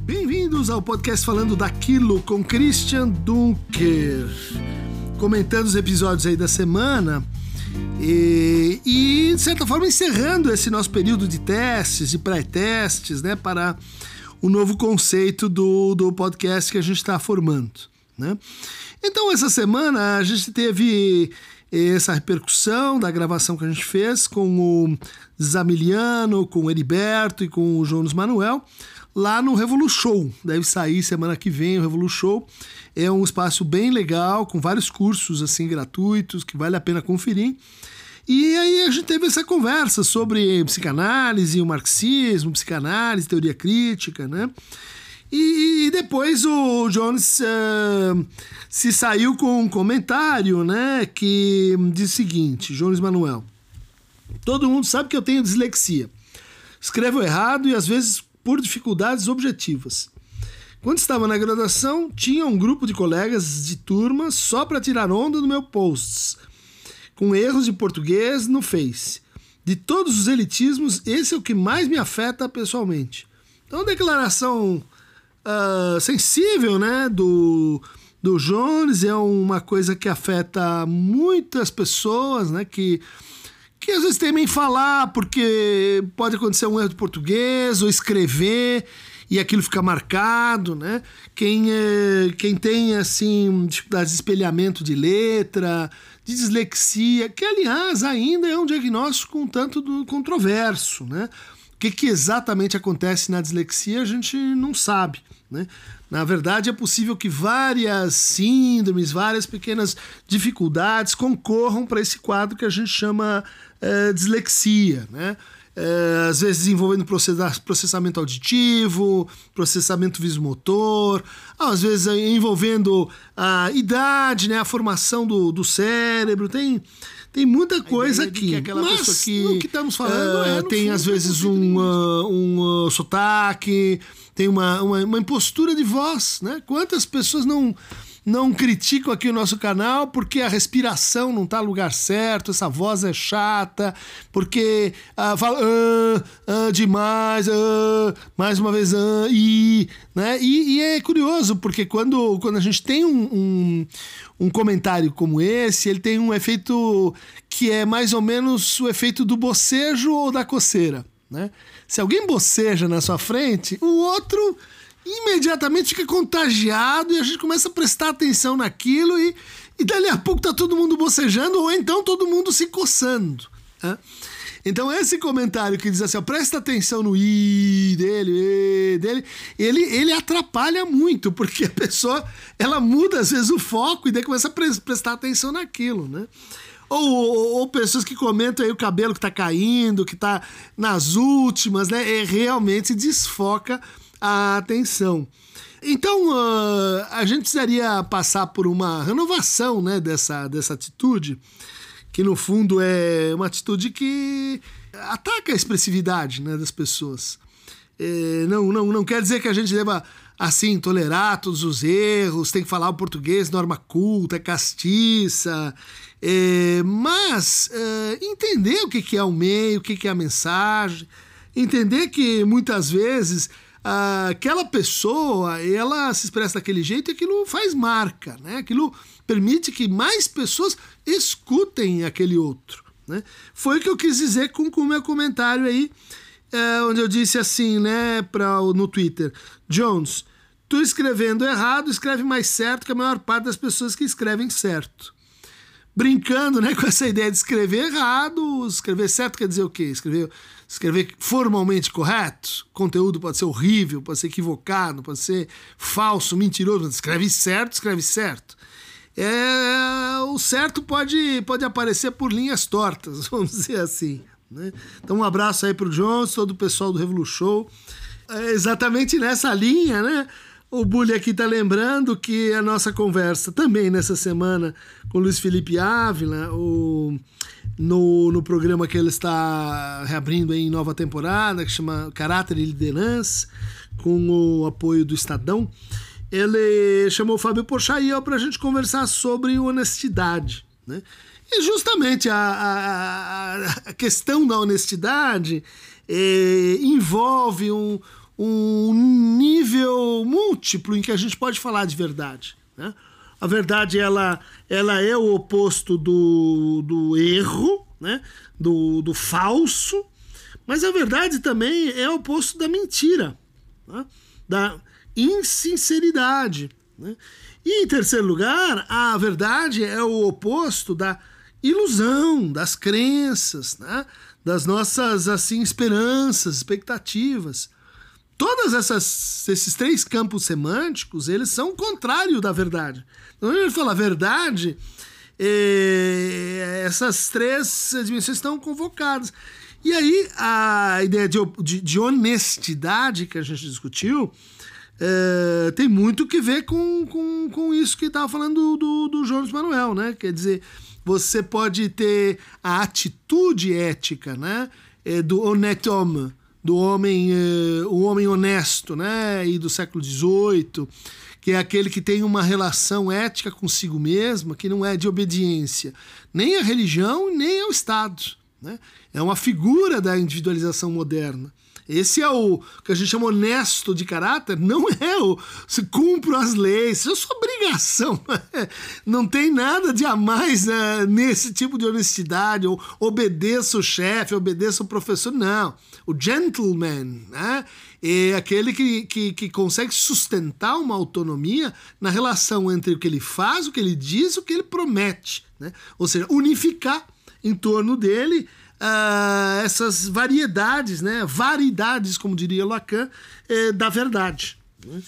Bem-vindos ao podcast Falando Daquilo com Christian Dunker, comentando os episódios aí da semana e de certa forma encerrando esse nosso período de testes e pré-testes, né, para o novo conceito do podcast que a gente está formando, né? Então essa semana a gente teve essa repercussão da gravação que a gente fez com o Zamiliano, com o Heriberto e com o Jonas Manuel lá no Revolu Show. Deve sair semana que vem o Revolu Show. É um espaço bem legal, com vários cursos assim gratuitos, que vale a pena conferir. E aí a gente teve essa conversa sobre psicanálise, o marxismo, psicanálise, teoria crítica, né? E depois o Jones se saiu com um comentário, né, que diz o seguinte: Jones Manuel, todo mundo sabe que eu tenho dislexia. Escrevo errado e às vezes por dificuldades objetivas. Quando estava na graduação, tinha um grupo de colegas de turma só para tirar onda do meu posts, com erros de português no Face. De todos os elitismos, esse é o que mais me afeta pessoalmente. Então, declaração sensível, né, do Jones, é uma coisa que afeta muitas pessoas, né, que às vezes temem falar porque pode acontecer um erro de português ou escrever e aquilo fica marcado, né? Quem tem assim dificuldade de espelhamento de letra, de dislexia, que aliás ainda é um diagnóstico um tanto controverso, né? O que exatamente acontece na dislexia a gente não sabe, né? Na verdade, é possível que várias síndromes, várias pequenas dificuldades concorram para esse quadro que a gente chama dislexia, né? Às vezes envolvendo processamento auditivo, processamento visomotor, às vezes envolvendo a idade, né? A formação do cérebro, tem muita coisa aqui. Que aquela mas pessoa que, o que estamos falando tem às vezes um sotaque, tem uma impostura de voz, né? Quantas pessoas não criticam aqui o nosso canal porque a respiração não está no lugar certo, essa voz é chata, porque fala demais, mais uma vez, né? E é curioso, porque quando a gente tem um comentário como esse, ele tem um efeito que é mais ou menos o efeito do bocejo ou da coceira, né? Se alguém boceja na sua frente, o outro imediatamente fica contagiado e a gente começa a prestar atenção naquilo e dali a pouco tá todo mundo bocejando ou então todo mundo se coçando, né? Então esse comentário que diz assim, ó, presta atenção no i dele, ele atrapalha muito, porque a pessoa, ela muda às vezes o foco e daí começa a prestar atenção naquilo, né? Ou pessoas que comentam aí o cabelo que tá caindo, que tá nas últimas, né? Realmente desfoca a atenção. Então a gente precisaria passar por uma renovação, né, dessa atitude, que no fundo é uma atitude que ataca a expressividade, né, das pessoas. Não quer dizer que a gente deva assim tolerar todos os erros, tem que falar o português, norma culta, castiça, mas entender o que é o meio, o que é a mensagem, entender que muitas vezes aquela pessoa, ela se expressa daquele jeito e aquilo faz marca, né? Aquilo permite que mais pessoas escutem aquele outro, né? Foi o que eu quis dizer com o meu comentário aí, onde eu disse assim, né, no Twitter: Jones, tu escrevendo errado, escreve mais certo que a maior parte das pessoas que escrevem certo. Brincando, né, com essa ideia de escrever errado. Escrever certo quer dizer o quê? Escrever formalmente correto. Conteúdo pode ser horrível, pode ser equivocado, pode ser falso, mentiroso. Escreve certo. O certo pode aparecer por linhas tortas, vamos dizer assim, né? Então um abraço aí pro Jones, todo o pessoal do Revolu Show. Exatamente nessa linha, né? O Bully aqui tá lembrando que a nossa conversa também nessa semana com o Luiz Felipe Ávila, no programa que ele está reabrindo aí em nova temporada, que chama Caráter e Liderança, com o apoio do Estadão, ele chamou o Fábio Porchat para a gente conversar sobre honestidade, né? E justamente a questão da honestidade envolve um nível múltiplo em que a gente pode falar de verdade, né? A verdade, ela é o oposto do erro, né? do falso, mas a verdade também é o oposto da mentira, né? Da insinceridade, né? E, em terceiro lugar, a verdade é o oposto da ilusão, das crenças, né? Das nossas assim, esperanças, expectativas. Todos esses três campos semânticos, eles são o contrário da verdade. Então, quando a gente fala verdade, essas três dimensões estão convocadas. E aí, a ideia de honestidade que a gente discutiu tem muito que ver com isso que estava falando do Jones Manuel, né? Quer dizer, você pode ter a atitude ética, né? Do honnête homme, do homem, o homem honesto, né? E do século XVIII, que é aquele que tem uma relação ética consigo mesma, que não é de obediência nem à religião, nem ao Estado, né? É uma figura da individualização moderna. Esse é o que a gente chama honesto de caráter, não é o se cumpro as leis, isso é sua obrigação. Não tem nada de a mais nesse tipo de honestidade, ou obedeça o chefe, obedeça o professor, não. O gentleman, né, é aquele que consegue sustentar uma autonomia na relação entre o que ele faz, o que ele diz e o que ele promete, né? Ou seja, unificar em torno dele essas variedades, né? Variedades, como diria Lacan, da verdade.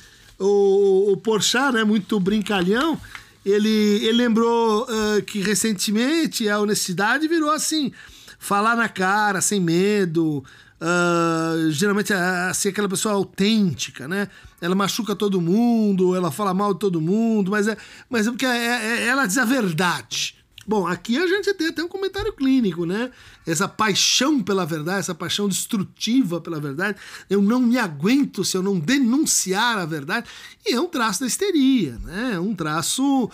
O Porchat, né, muito brincalhão, ele lembrou que recentemente a honestidade virou assim, falar na cara, sem medo, geralmente assim, aquela pessoa autêntica, né? Ela machuca todo mundo, ela fala mal de todo mundo, mas é porque ela diz a verdade. Bom, aqui a gente tem até um comentário clínico, né? Essa paixão pela verdade, essa paixão destrutiva pela verdade, eu não me aguento se eu não denunciar a verdade, e é um traço da histeria, né? É um traço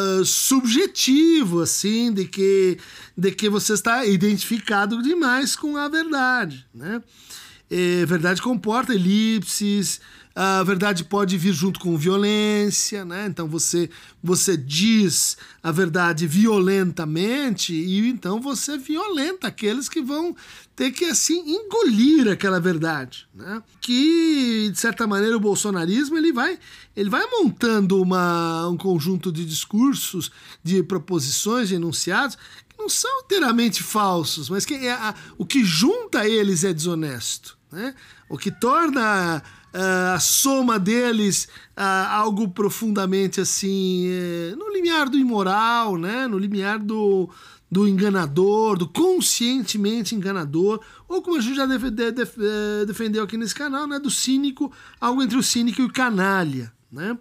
subjetivo, assim, de que você está identificado demais com a verdade, né? Verdade comporta elipses, a verdade pode vir junto com violência, né? Então você diz a verdade violentamente e então você violenta aqueles que vão ter que assim engolir aquela verdade, né? Que de certa maneira o bolsonarismo ele vai montando um conjunto de discursos, de proposições, de enunciados que não são inteiramente falsos, mas que o que junta eles é desonesto, né? O que torna a soma deles algo profundamente assim no limiar do imoral, né? No limiar do enganador, do conscientemente enganador, ou como a gente já defendeu aqui nesse canal, né? Do cínico, algo entre o cínico e o canalha, né?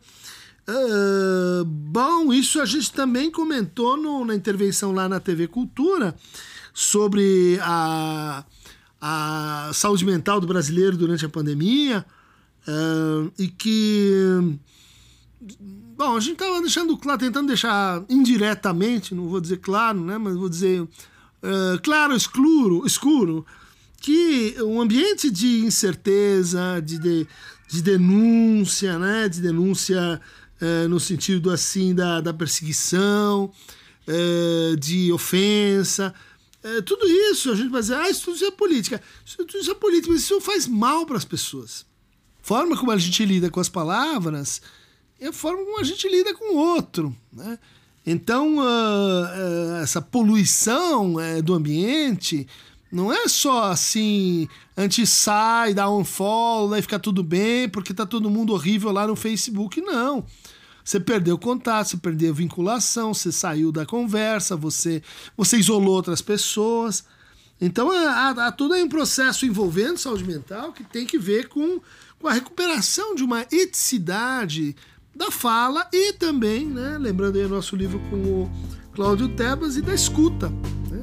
Bom, isso a gente também comentou na intervenção lá na TV Cultura sobre a saúde mental do brasileiro durante a pandemia. E que, bom, a gente estava deixando claro, tentando deixar indiretamente, não vou dizer claro, né, mas vou dizer claro, escuro, que um ambiente de incerteza, de denúncia, né, de denúncia no sentido assim da perseguição, de ofensa, tudo isso a gente vai dizer, isso tudo é política, mas isso faz mal para as pessoas. A forma como a gente lida com as palavras é a forma como a gente lida com o outro, né? Então, essa poluição do ambiente não é só assim, a gente sai, dá um follow, daí fica tudo bem, porque tá todo mundo horrível lá no Facebook, não. Você perdeu contato, você perdeu vinculação, você saiu da conversa, você isolou outras pessoas. Então, há todo um processo envolvendo saúde mental que tem que ver com a recuperação de uma eticidade da fala e também, né, lembrando aí o nosso livro com o Cláudio Tebas, e da escuta, né?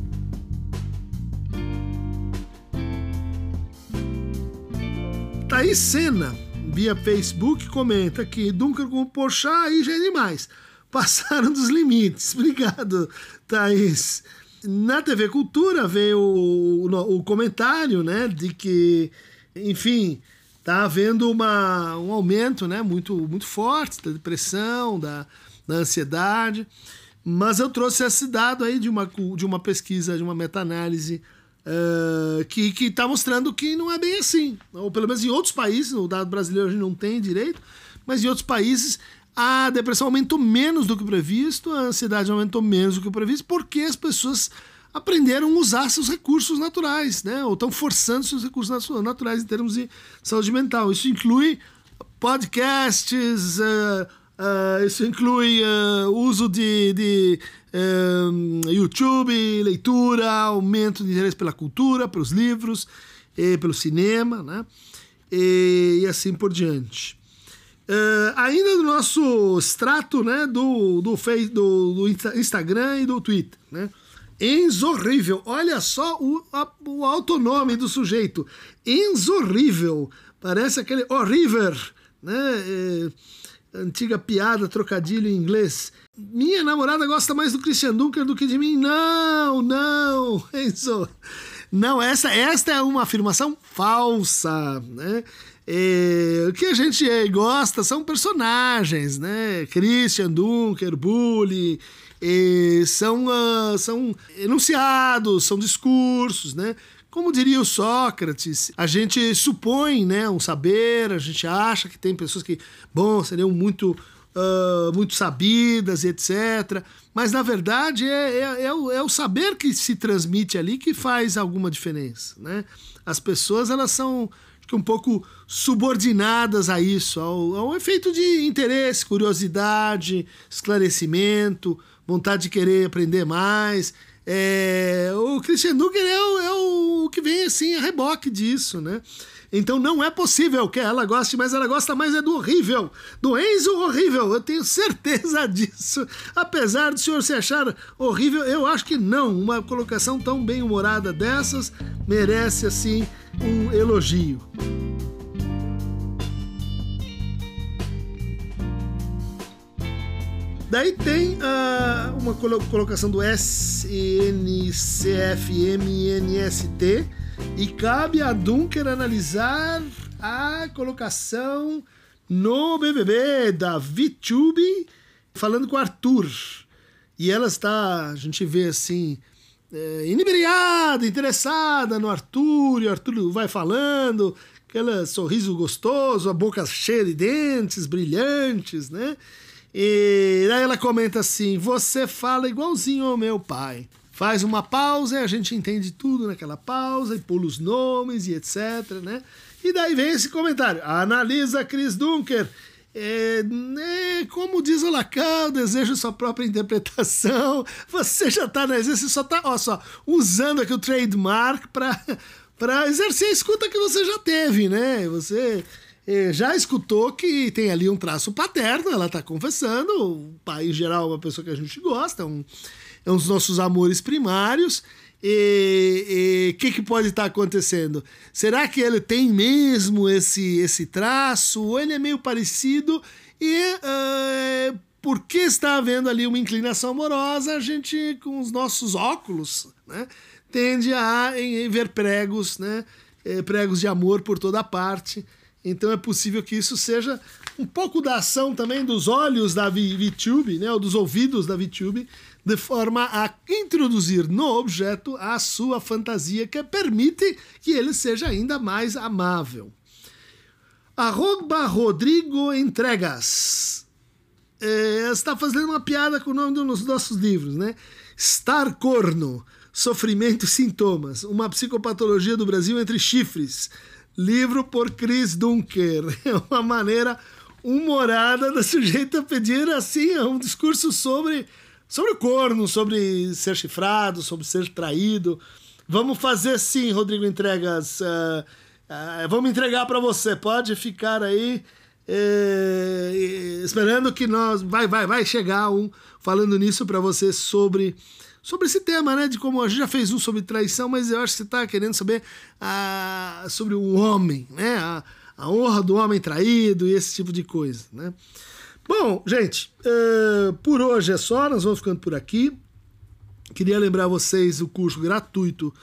Thaís Sena, via Facebook, comenta que Duncan com o Porchat aí já é demais. Passaram dos limites. Obrigado, Thaís. Na TV Cultura veio o comentário, né, de que, enfim, está havendo um aumento, né, muito, muito forte da depressão, da ansiedade. Mas eu trouxe esse dado aí de uma pesquisa, de uma meta-análise que está mostrando que não é bem assim. Ou pelo menos em outros países, o dado brasileiro a gente não tem direito, mas em outros países a depressão aumentou menos do que o previsto, a ansiedade aumentou menos do que o previsto, porque as pessoas aprenderam a usar seus recursos naturais, né? Ou estão forçando seus recursos naturais em termos de saúde mental. Isso inclui podcasts, isso inclui uso de YouTube, leitura, aumento de interesse pela cultura, pelos livros, pelo cinema, né? E assim por diante. Ainda no nosso extrato, né, do Instagram e do Twitter, né? Enzorrível, olha só o autonome do sujeito, Enzorrível, parece aquele horrível, né? Antiga piada, trocadilho em inglês. Minha namorada gosta mais do Christian Dunker do que de mim. Não, Enzo. Não, esta é uma afirmação falsa, né? O que a gente gosta são personagens, né? Christian Dunker, Bully, são enunciados, são discursos, né? Como diria o Sócrates, a gente supõe, né, um saber, a gente acha que tem pessoas que, seriam muito sabidas, etc. Mas, na verdade, é o saber que se transmite ali que faz alguma diferença, né? As pessoas, elas são um pouco subordinadas a isso, ao efeito de interesse, curiosidade, esclarecimento, vontade de querer aprender mais. O Christian Dunker é o que vem assim a reboque disso, né? Então não é possível que ela goste, mas ela gosta mais do horrível, do Enzo horrível, eu tenho certeza disso. Apesar do senhor se achar horrível, eu acho que não. Uma colocação tão bem-humorada dessas merece assim um elogio. Daí tem uma colocação do SNCFMNST e cabe a Dunker analisar a colocação no BBB da VTube falando com o Arthur. E ela está, a gente vê assim, inebriada, interessada no Arthur, e o Arthur vai falando, aquele sorriso gostoso, a boca cheia de dentes brilhantes, né? E daí ela comenta assim: você fala igualzinho ao meu pai. Faz uma pausa e a gente entende tudo naquela pausa e pula os nomes e etc, né? E daí vem esse comentário: analisa Chris Dunker. Como diz o Lacan, deseja sua própria interpretação. Você já tá você só tá usando aqui o trademark para exercer a escuta que você já teve, né? Você já escutou que tem ali um traço paterno, ela está confessando. O pai, em geral, é uma pessoa que a gente gosta, é um dos nossos amores primários. E que pode estar acontecendo? Será que ele tem mesmo esse traço? Ou ele é meio parecido? E por que está havendo ali uma inclinação amorosa? A gente, com os nossos óculos, né, tende a ver pregos, né, pregos de amor por toda parte. Então é possível que isso seja um pouco da ação também dos olhos da VTube, né, ou dos ouvidos da VTube, de forma a introduzir no objeto a sua fantasia, que permite que ele seja ainda mais amável. @Rodrigo Entregas está fazendo uma piada com o nome dos nossos livros, né? Estar corno, sofrimento e sintomas, uma psicopatologia do Brasil entre chifres. Livro por Chris Dunker. É uma maneira humorada da sujeita pedir assim um discurso sobre o corno, sobre ser chifrado, sobre ser traído. Vamos fazer sim, Rodrigo Entregas. Vamos entregar para você. Pode ficar aí esperando que vai chegar falando nisso para você sobre esse tema, né? De como a gente já fez um sobre traição, mas eu acho que você está querendo saber sobre o homem, né? A honra do homem traído e esse tipo de coisa, né? Bom, gente, por hoje é só, nós vamos ficando por aqui. Queria lembrar vocês o curso gratuito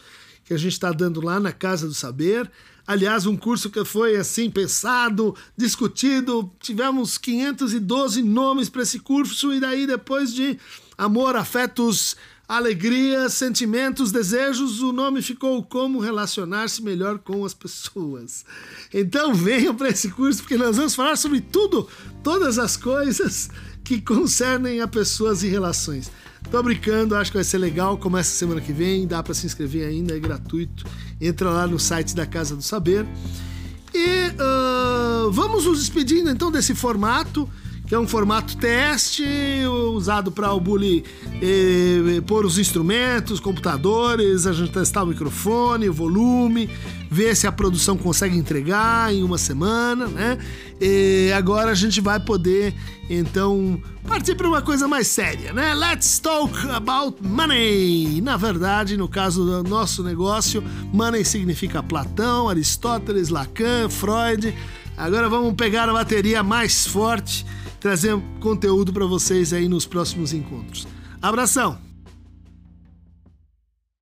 que a gente está dando lá na Casa do Saber. Aliás, um curso que foi assim pensado, discutido, tivemos 512 nomes para esse curso, e daí depois de amor, afetos, alegrias, sentimentos, desejos, o nome ficou Como Relacionar-se Melhor com as Pessoas. Então venham para esse curso, porque nós vamos falar sobre tudo, todas as coisas que concernem a pessoas e relações. Tô brincando, acho que vai ser legal, começa semana que vem, dá para se inscrever ainda, é gratuito. Entra lá no site da Casa do Saber. E vamos nos despedindo então desse formato, que é um formato teste, usado para o Bully pôr os instrumentos, computadores, a gente testar o microfone, o volume, ver se a produção consegue entregar em uma semana, né? E agora a gente vai poder, então, partir para uma coisa mais séria, né? Let's talk about money! Na verdade, no caso do nosso negócio, money significa Platão, Aristóteles, Lacan, Freud. Agora vamos pegar a bateria mais forte, trazer conteúdo para vocês aí nos próximos encontros. Abração!